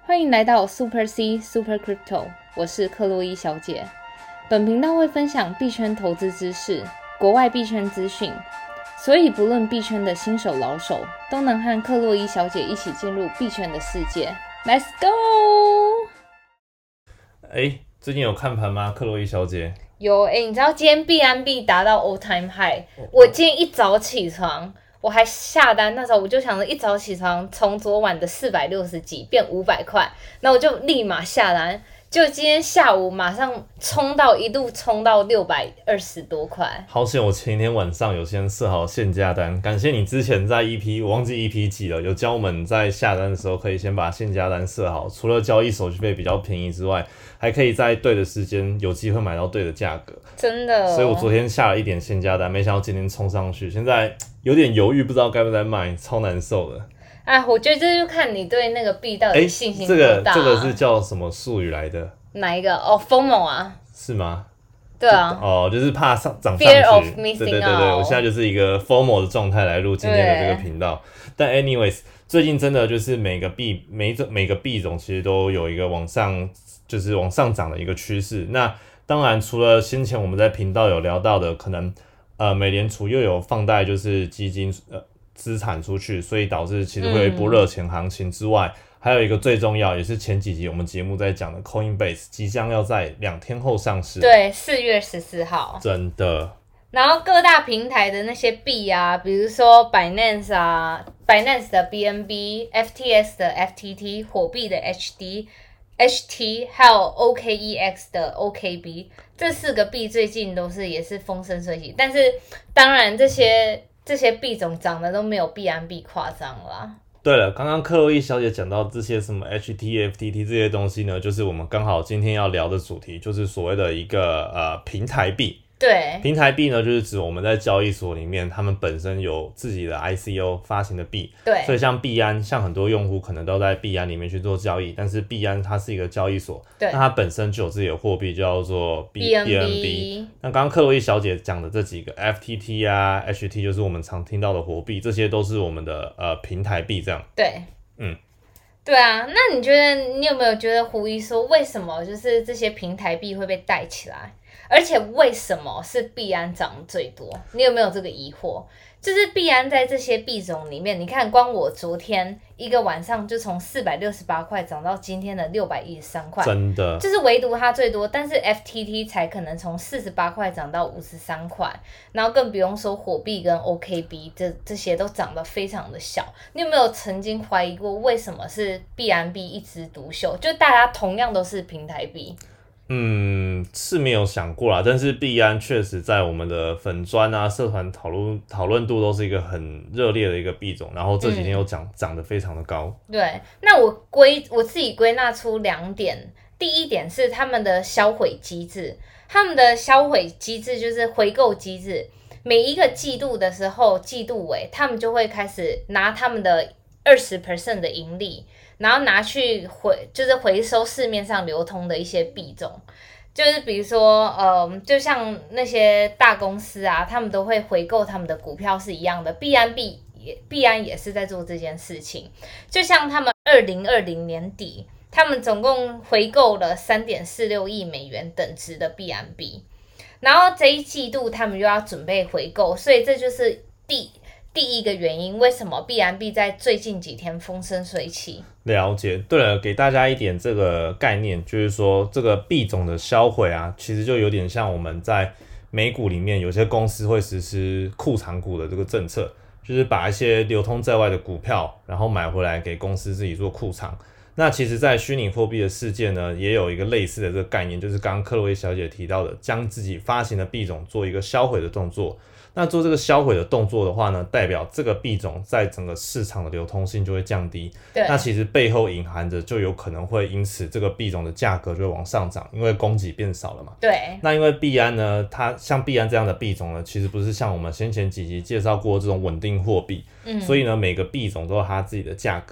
欢迎来到 Super C Super Crypto， 我是克洛伊小姐。本频道会分享币圈投资知识、国外币圈资讯，所以不论币圈的新手老手，都能和克洛伊小姐一起进入币圈的世界。Let's go！ 最近有看盘吗，克洛伊小姐？ 有你知道今天币安币达到 all time high， 我今天一早起床。我还下单，那时候我就想着一早起床，从昨晚的460几变500块，那我就立马下单，就今天下午马上一度冲到620多块。 好险，我前一天晚上有先设好限价单，感谢你之前在 EP 我忘记 EP 几了，有教我们在下单的时候可以先把限价单设好，除了交易手续费比较便宜之外，还可以在对的时间有机会买到对的价格。 真的， 所以我昨天下了一点限价单，没想到今天冲上去，现在有点犹豫，不知道该不该卖，超难受的。 我觉得这就看你对那个币到底信心多大。 这个是叫什么术语来的？ 哪一个？FOMO 啊？ 是吗？ 对啊。 就是怕涨上去。 Fear of missing out。 对，我现在就是一个 FOMO 的状态来录今天的这个频道。但 anyways， 最近真的就是每个币种其实都有一个往上涨的一个趋势。那当然，除了先前我们在频道有聊到的，可能美联储又有放贷就是基金资产出去，所以导致其实会有一波热钱行情之外，还有一个最重要，也是前几集我们节目在讲的 Coinbase 即将要在2天后上市。 对，4月14号。真的。 然后各大平台的那些币啊，比如说 Binance 的 BNB、FTX 的 FTT、火币的 HT， 还有 OKEX 的 OKB， 这4个币最近也是风生水起，但是当然这些币种涨的都没有币安币夸张啦。 对了，刚刚克洛伊小姐讲到这些什么 HT、FTT 这些东西呢，就是我们刚好今天要聊的主题，就是所谓的一个平台币。 对， 平台币呢，就是指我们在交易所里面，他们本身有自己的 ICO 发行的币。 对， 所以像币安，像很多用户可能都在币安里面去做交易，但是币安它是一个交易所， 对， 那它本身就有自己的货币，叫做 BNB。那刚刚克洛伊小姐讲的这几个 FTT 啊、HT， 就是我们常听到的货币，这些都是我们的平台币这样。 对，对啊，那你有没有觉得胡一说为什么就是这些平台币会被带起来？而且为什么是币安涨最多？你有没有这个疑惑？就是币安在这些币种里面，你看光我昨天一个晚上就从468块涨到今天的613块， 真的， 就是唯独它最多，但是 FTT 才可能从48块涨到53块，然后更不用说火币跟 OKB 这些都涨得非常的小。你有没有曾经怀疑过为什么是币安币一枝独秀？就大家同样都是平台币。 是没有想过啦，但是币安确实在我们的粉专啊、社团讨论度都是一个很热烈的一个币种，然后这几天又涨得非常的高。 对，那我自己归纳出2点，第一点是他们的销毁机制，就是回购机制，每一个季度的时候，季度尾他们就会开始拿他们的20% 的盈利。然后拿去回收市面上流通的一些币种，就是比如说就像那些大公司啊，他们都会回购他们的股票是一样的，币安也是在做这件事情。就像他们2020年底，他们总共回购了3.46亿美元等值的币安币，然后这一季度他们又要准备回购，所以这就是第一个原因，为什么币安币在最近几天风生水起？ 了解。对了，给大家一点这个概念，就是说这个币种的销毁啊，其实就有点像我们在美股里面有些公司会实施库藏股的这个政策，就是把一些流通在外的股票，然后买回来给公司自己做库藏。那其实在虚拟货币的世界呢，也有一个类似的这个概念，就是刚刚克洛伊小姐提到的，将自己发行的币种做一个销毁的动作。那做这个销毁的动作的话呢，代表这个币种在整个市场的流通性就会降低。 对， 那其实背后隐含着就有可能会因此这个币种的价格就会往上涨，因为供给变少了嘛。 对。 那因为币安呢，它像币安这样的币种呢，其实不是像我们先前几集介绍过这种稳定货币，所以呢每个币种都有它自己的价格。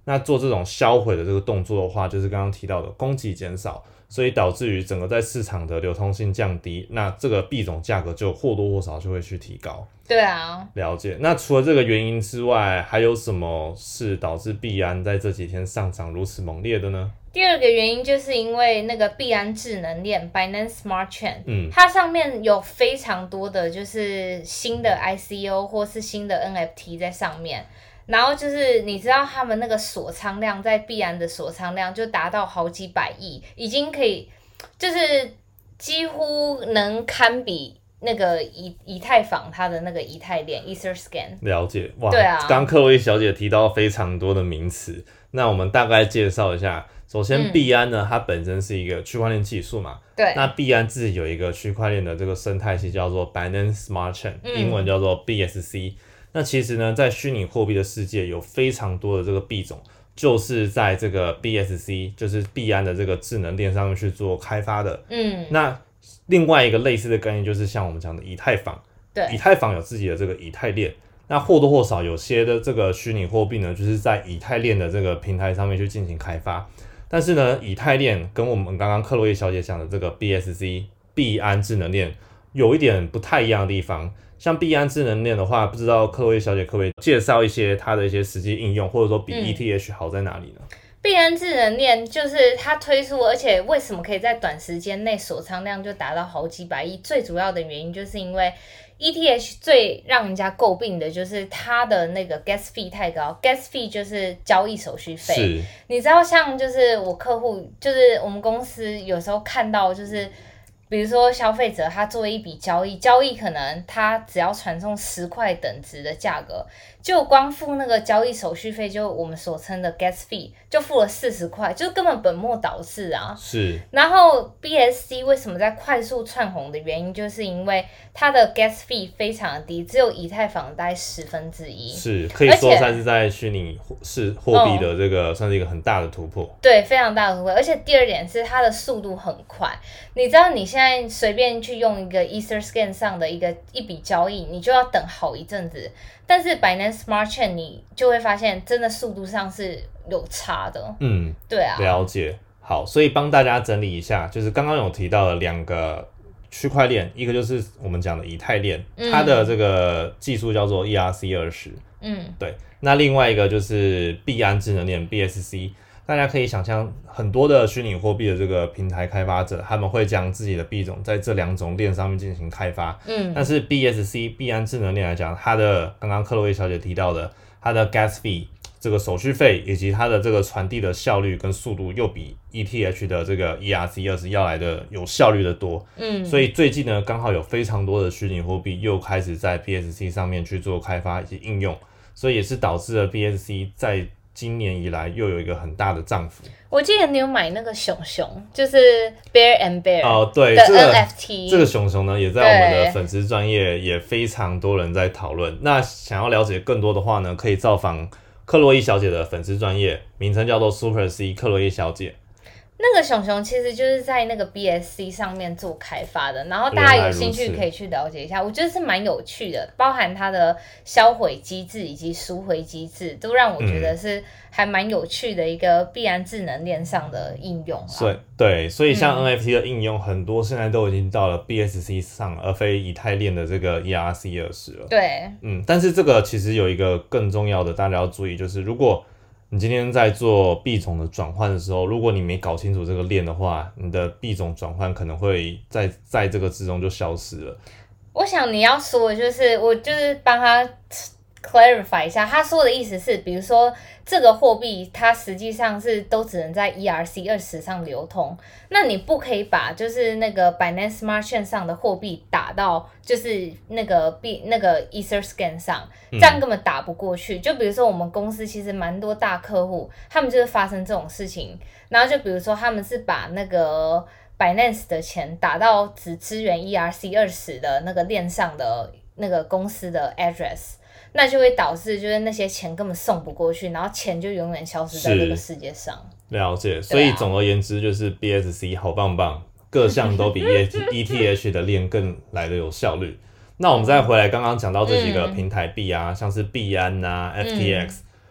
那做这种销毁的这个动作的话，就是刚刚提到的供给减少，所以导致于整个在市场的流通性降低，那这个币种价格就或多或少就会去提高。 对啊， 了解。那除了这个原因之外，还有什么是导致币安在这几天上涨如此猛烈的呢？ 第二个原因就是因为那个币安智能链 Binance Smart Chain，它上面有非常多的就是新的 ICO 或是新的 NFT 在上面，然后就是你知道他们那个锁仓量在币安的锁仓量就达到好几百亿，已经可以就是几乎能堪比那个以太坊它的那个以太链 Etherscan。 了解。哇， 对啊， 刚克洛伊小姐提到非常多的名词，那我们大概介绍一下。首先，币安呢，它本身是一个区块链技术嘛， 对。 那币安自己有一个区块链的这个生态系叫做 Binance Smart Chain，英文叫做 BSC。那其实呢，在虚拟货币的世界有非常多的这个币种，就是在这个 BSC， 就是币安的这个智能链上面去做开发的。那另外一个类似的概念就是像我们讲的以太坊， 对， 以太坊有自己的这个以太链。那或多或少有些的这个虚拟货币呢，就是在以太链的这个平台上面去进行开发。但是呢，以太链跟我们刚刚克洛伊小姐讲的这个 BSC 币安智能链有一点不太一样的地方。像币安智能链的话，不知道克洛伊小姐可不可以介绍一些它的一些实际应用，或者说比 ETH 好在哪里呢？ 币安智能链就是它推出，而且为什么可以在短时间内锁仓量就达到好几百亿？最主要的原因就是因为 ETH 最让人家诟病的就是它的那个 gas fee 太高。gas fee 就是交易手续费。 是， 你知道像就是我客户，就是我们公司有时候看到就是比如说消费者他做一笔交易可能他只要传送10块等值的价格，就光付那个交易手续费，就我们所称的 gas fee 就付了40块，就根本本末倒置啊。 是。 然后 BSC 为什么在快速窜红的原因，就是因为它的 gas fee 非常的低，只有以太坊大概1/10。 是，可以说算是在虚拟货币的这个算是一个很大的突破。 对，非常大的突破。而且第二点是它的速度很快。你知道你现在随便去用一个 Etherscan 上的一笔交易，你就要等好一阵子。但是 Binance Smart Chain 你就会发现真的速度上是有差的。对啊， 了解。好，所以帮大家整理一下，就是刚刚有提到的2个区块链，一个就是我们讲的以太链，它的这个技术叫做 ERC20。对。那另外一个就是币安智能链 BSC。大家可以想象，很多的虚拟货币的这个平台开发者，他们会将自己的币种在这2种链上面进行开发。但是 BSC 币安智能链来讲，它的刚刚克洛伊小姐提到的，它的 gas fee 这个手续费以及它的这个传递的效率跟速度，又比 ETH 的这个 ERC20 要来的有效率的多。所以最近呢，刚好有非常多的虚拟货币又开始在 BSC 上面去做开发以及应用，所以也是导致了 BSC 在今年以来又有一个很大的涨幅。 我记得你有买那个熊熊，就是 Bear and Bear 对， 的 NFT。 这个熊熊呢，也在我们的粉丝专页也非常多人在讨论。那想要了解更多的话呢，可以造访克洛伊小姐的粉丝专页，名称叫做 Super C 克洛伊小姐。 那个熊熊其实就是在那个 BSC 上面做开发的，然后大家有兴趣可以去了解一下，我觉得是蛮有趣的，包含它的销毁机制以及赎回机制，都让我觉得是还蛮有趣的一个币安智能链上的应用啊。 对，所以像 NFT 的应用很多现在都已经到了 BSC 上，而非以太链的这个 ERC20 了。 对， 但是这个其实有一个更重要的，大家要注意，就是如果你今天在做币种的转换的时候，如果你没搞清楚这个链的话，你的币种转换可能会在这个之中就消失了。 我想你要说的就是，我就是帮他 clarify 一下，他说的意思是，比如说这个货币它实际上是都只能在 ERC20 上流通，那你不可以把就是那个 Binance Smart Chain 上的货币打到就是那个 Etherscan 上，这样根本打不过去。就比如说我们公司其实蛮多大客户，他们就是发生这种事情，然后就比如说他们是把那个Binance 的钱打到只支援 ERC20 的那个链上的那个公司的 address， 那就会导致就是那些钱根本送不过去，然后钱就永远消失在这个世界上。 了解，所以总而言之就是 BSC 好棒棒，各项都比 ETH 的链更来的有效率。那我们再回来刚刚讲到这几个平台币啊，像是币安啊、FTX，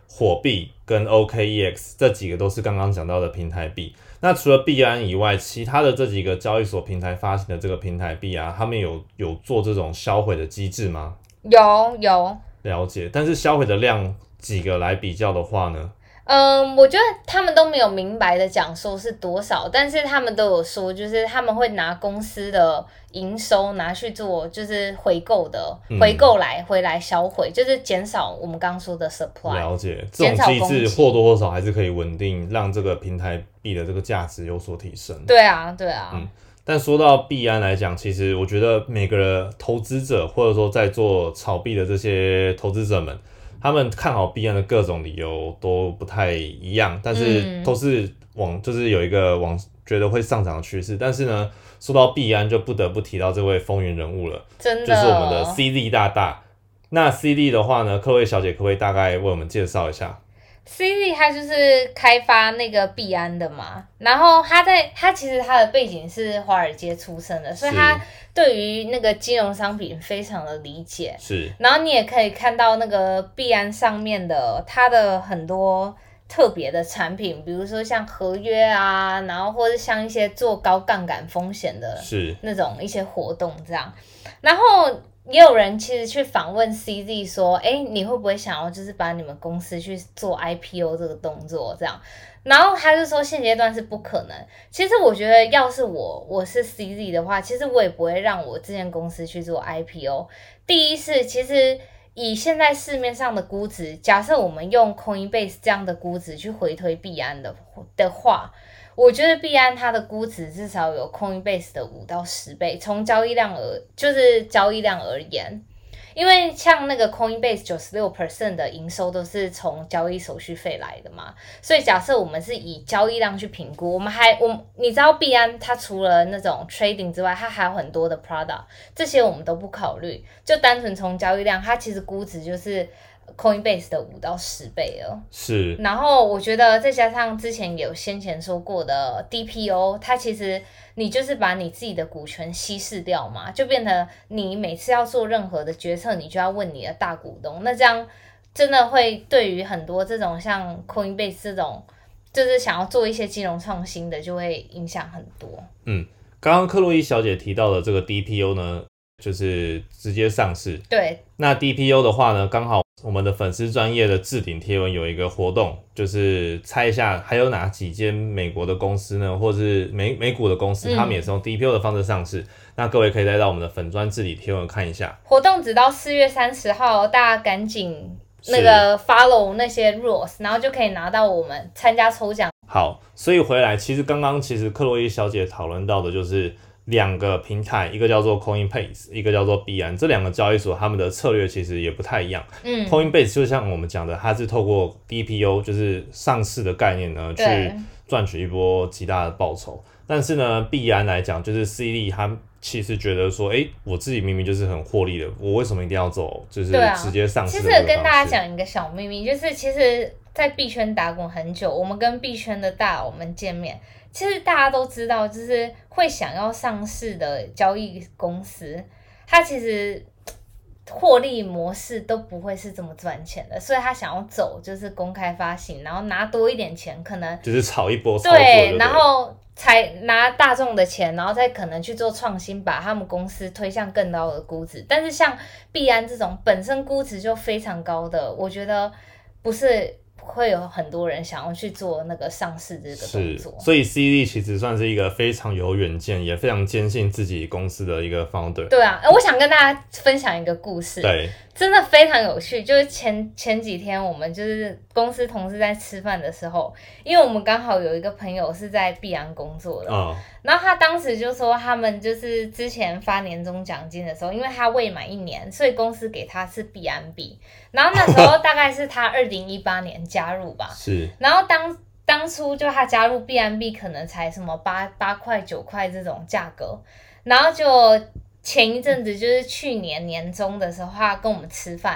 火币跟 OKEX 这几个都是刚刚讲到的平台币。那除了币安以外，其他的这几个交易所平台发行的这个平台币啊，他们有做这种销毁的机制吗？ 有了解，但是销毁的量几个来比较的话呢？ 我觉得他们都没有明白的讲说是多少，但是他们都有说，就是他们会拿公司的营收拿去做，就是回购回来销毁，就是减少我们刚刚说的 supply。 了解，这种机制或多或少还是可以稳定，让这个平台币的这个价值有所提升。 对啊。 但说到币安来讲，其实我觉得每个投资者或者说在做炒币的这些投资者们，他们看好币安的各种理由都不太一样，但是都是就是有一个觉得会上涨的趋势。但是呢，说到币安就不得不提到这位风云人物了， 真的就是我们的 CD 大大。那 CD 的话呢，各位小姐可不可以大概为我们介绍一下 ？CD 它就是开发那个币安的嘛，然后他其实他的背景是华尔街出身的，所以他对于那个金融商品非常的理解。 是， 然后你也可以看到那个币安上面的它的很多特别的产品，比如说像合约啊，然后或者像一些做高杠杆风险的那种一些活动这样，然后。也有人其实去访问 CZ 说，你会不会想要就是把你们公司去做 IPO 这个动作这样？然后他就说现阶段是不可能。其实我觉得要是我是 CZ 的话，其实我也不会让我这间公司去做 IPO。第一是其实以现在市面上的估值，假设我们用 Coinbase 这样的估值去回推币安的话，我觉得币安它的估值至少有 Coinbase 的5到10倍，从交易量而言，因为像那个 Coinbase 96% 的营收都是从交易手续费来的嘛，所以假设我们是以交易量去评估，你知道币安它除了那种 trading 之外，它还有很多的 product， 这些我们都不考虑，就单纯从交易量，它其实估值就是Coinbase 的5到10倍了， 是。 然后我觉得再加上之前先前说过的 DPO， 它其实你就是把你自己的股权稀释掉嘛，就变成你每次要做任何的决策，你就要问你的大股东。那这样真的会对于很多这种像 Coinbase 这种就是想要做一些金融创新的，就会影响很多。 刚刚克洛伊小姐提到的这个 DPO 呢，就是直接上市。 对， 那 DPO 的话呢，刚好我们的粉丝专页的置顶贴文有一个活动，就是猜一下还有哪几间美国的公司呢，或是美股的公司，他们也是用 DPO 的方式上市。那各位可以再到我们的粉专置顶贴文看一下。 活动直到4月30号，大家赶紧那个 follow 那些 rules， 然后就可以拿到我们参加抽奖。 好，所以回来，其实克洛伊小姐讨论到的就是两个平台，一个叫做 Coinbase， 一个叫做币安，这两个交易所他们的策略其实也不太一样。Coinbase 就像我们讲的，它是透过 DPO 就是上市的概念呢，去赚取一波极大的报酬。但是呢，币安来讲，就是 CD 他其实觉得说，我自己明明就是很获利的，我为什么一定要走就是直接上市的这个方式？ 其实跟大家讲一个小秘密，就是其实在币圈打滚很久，我们跟币圈的大佬们见面，其实大家都知道，就是会想要上市的交易公司，它其实获利模式都不会是这么赚钱的，所以他想要走就是公开发行，然后拿多一点钱，可能就是炒一波操作， 对，然后才拿大众的钱，然后再可能去做创新，把他们公司推向更高的估值。但是像币安这种本身估值就非常高的，我觉得不是会有很多人想要去做那个上市这个动作。 所以 CD 其实算是一个非常有远见，也非常坚信自己公司的一个 founder。 对啊，我想跟大家分享一个故事。 对， 真的非常有趣，就是前几天我们就是公司同事在吃饭的时候，因为我们刚好有一个朋友是在币安工作的，然后他当时就说他们就是之前发年终奖金的时候，因为他未满1年，所以公司给他是币安币，然后那时候大概是他2018年加入吧， 是， 然后当初就他加入币安币可能才什么8块9块这种价格，然后就前一阵子就是去年年中的时候，他跟我们吃饭，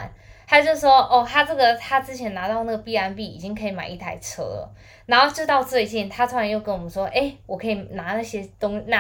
他就说哦，他之前拿到那个 BNB 已经可以买一台车了，然后就到最近，他突然又跟我们说，我可以拿那些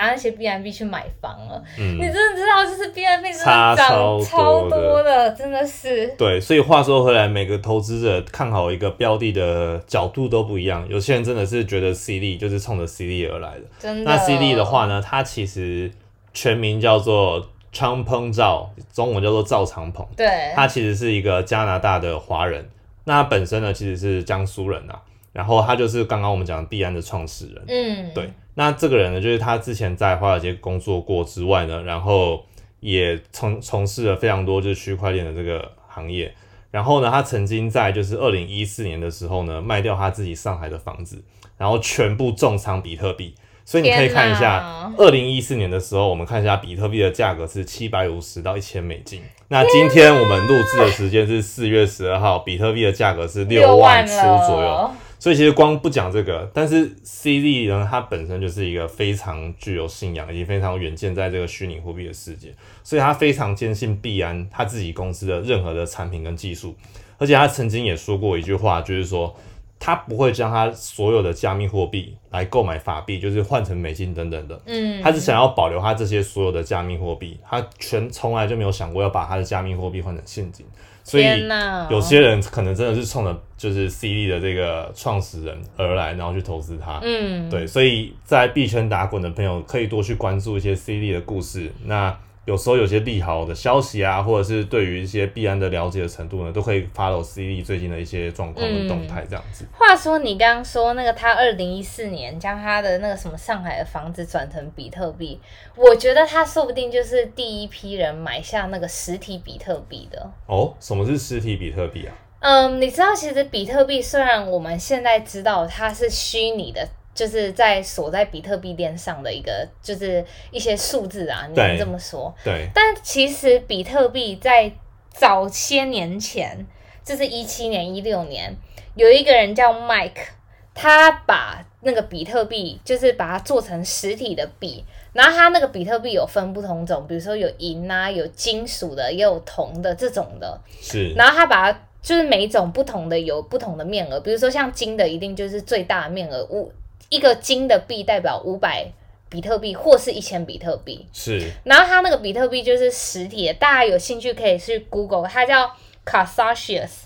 BNB 去买房了。你真的知道，就是 BNB 真的涨超多的，真的是。 对，所以话说回来，每个投资者看好一个标的的角度都不一样。有些人真的是觉得 CD 就是冲着 CD 而来的。 真的。 那 CD 的话呢，它其实全名叫做昌鹏照，中文叫做赵长鹏。 对。 他其实是一个加拿大的华人，那他本身呢其实是江苏人啊。然后他就是刚刚我们讲的币安的创始人。对。那这个人呢，就是他之前在华尔街工作过之外呢，然后也从事了非常多就是区块链的这个行业。然后呢，他曾经在就是2014年的时候呢，卖掉他自己上海的房子，然后全部重仓比特币。所以你可以看一下，2014年的时候，我们看一下比特币的价格是750到$1000。那今天我们录制的时间是4月12号，比特币的价格是6万出左右。所以其实光不讲这个，但是 CD 呢，它本身就是一个非常具有信仰以及非常有远见在这个虚拟货币的世界，所以他非常坚信币安他自己公司的任何的产品跟技术，而且他曾经也说过一句话，就是说他不会将他所有的加密货币来购买法币，就是换成美金等等的，他只想要保留他这些所有的加密货币，他从来就没有想过要把他的加密货币换成现金。所以有些人可能真的是冲着就是 CD 的这个创始人而来，然后去投资他。对，所以在币圈打滚的朋友可以多去关注一些 CD 的故事。那有时候有些利好的消息啊，或者是对于一些币安的了解的程度呢，都可以 follow CD 最近的一些状况跟动态这样子。 话说你刚刚说那个他2014年将他的那个什么上海的房子转成比特币，我觉得他说不定就是第一批人买下那个实体比特币的。 哦，什么是实体比特币啊？ 你知道其实比特币虽然我们现在知道它是虚拟的，就是锁在比特币链上的一个，就是一些数字啊，你能这么说？ 对。 但其实比特币在早些年前，就是17年、16年，有一个人叫 Mike， 他把那个比特币就是把它做成实体的币，然后他那个比特币有分不同种，比如说有银啊，有金属的，也有铜的这种的。 是。 然后他把它就是每一种不同的有不同的面额，比如说像金的一定就是最大的面额，一个金的币代表500比特币或是1000比特币。 是。 然后它那个比特币就是实体的，大家有兴趣可以去 Google， 它叫 Casasius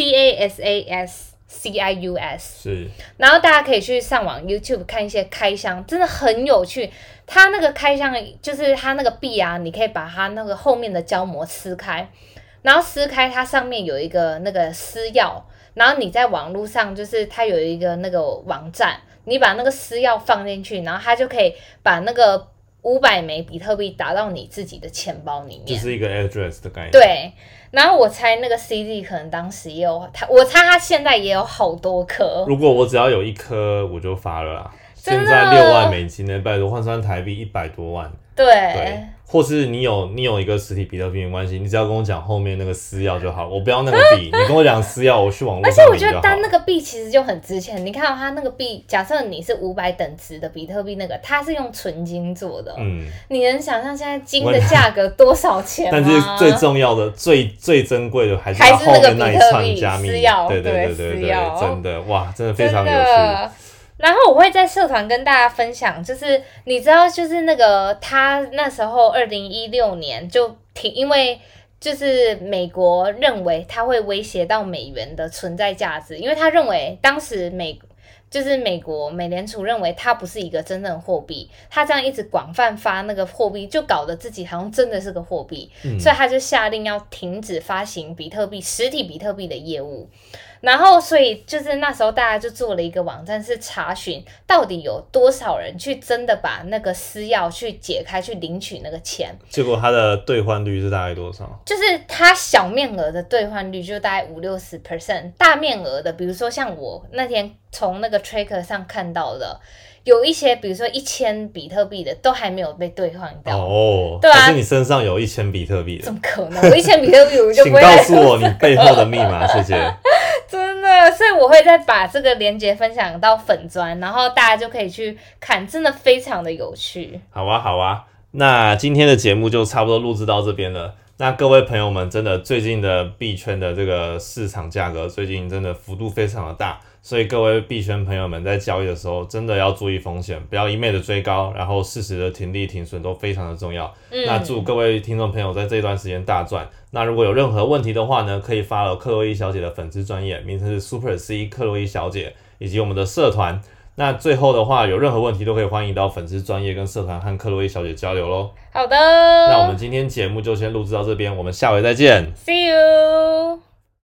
CASASCIUS。 是。 然后大家可以去上网 YouTube 看一些开箱，真的很有趣。它那个开箱就是它那个币啊，你可以把它那个后面的胶膜撕开，然后撕开它上面有一个那个私钥，然后你在网络上就是它有一个那个网站，你把那个私钥放进去，然后它就可以把那个500枚比特币打到你自己的钱包里面， 就是一个 address 的概念。 对。然后我猜那个 CD 可能当时也有我猜他现在也有好多颗。 如果我只要有一颗我就发了啦。现在6万美金呢，拜托换算台币100多万。 对。 或是你有一个实体比特币没关系，你只要跟我讲后面那个私钥就好，我不要那个币，你跟我讲私钥，我去网络上领就好。而且我觉得单那个币其实就很值钱，你看到它那个币，假设你是500等值的比特币，那个它是用纯金做的，你能想象现在金的价格多少钱吗？ 但是最重要的、最珍贵的还是它后面那一串加密，对，真的哇，真的非常有趣。 然后我会在社团跟大家分享，就是你知道，就是那个他那时候2016年就因为就是美国认为它会威胁到美元的存在价值，因为他认为当时美联储认为它不是一个真正的货币，它这样一直广泛发那个货币，就搞得自己好像真的是个货币，所以他就下令要停止发行比特币实体比特币的业务。然后所以就是那时候大家就做了一个网站，是查询到底有多少人去真的把那个私钥去解开去领取那个钱， 结果它的兑换率是大概多少？ 就是它小面额的兑换率就大概50-60%，大面额的比如说像我那天从那个 Tracker 上看到的，有一些比如说1000比特币的都还没有被兑换到。 哦， 对啊， 可是你身上有1000比特币的， 怎么可能？我1000比特币我就不会。 请告诉我你背后的密码，谢谢。 真的，所以我会再把这个连结分享到粉专，然后大家就可以去看，真的非常的有趣。 好啊，好啊，那今天的节目就差不多录制到这边了。 那各位朋友们，真的最近的币圈的这个市场价格，最近真的幅度非常的大，所以各位币圈朋友们在交易的时候，真的要注意风险，不要一昧的追高，然后适时的停利停损都非常的重要。那祝各位听众朋友在这段时间大赚。那如果有任何问题的话呢，可以 follow 克洛伊小姐的粉丝专页，名称是 Super C 克洛伊小姐，以及我们的社团。那最后的话，有任何问题都可以欢迎到粉丝专页跟社团和克洛伊小姐交流咯。 好的， 那我们今天节目就先录制到这边，我们下回再见 ，See you。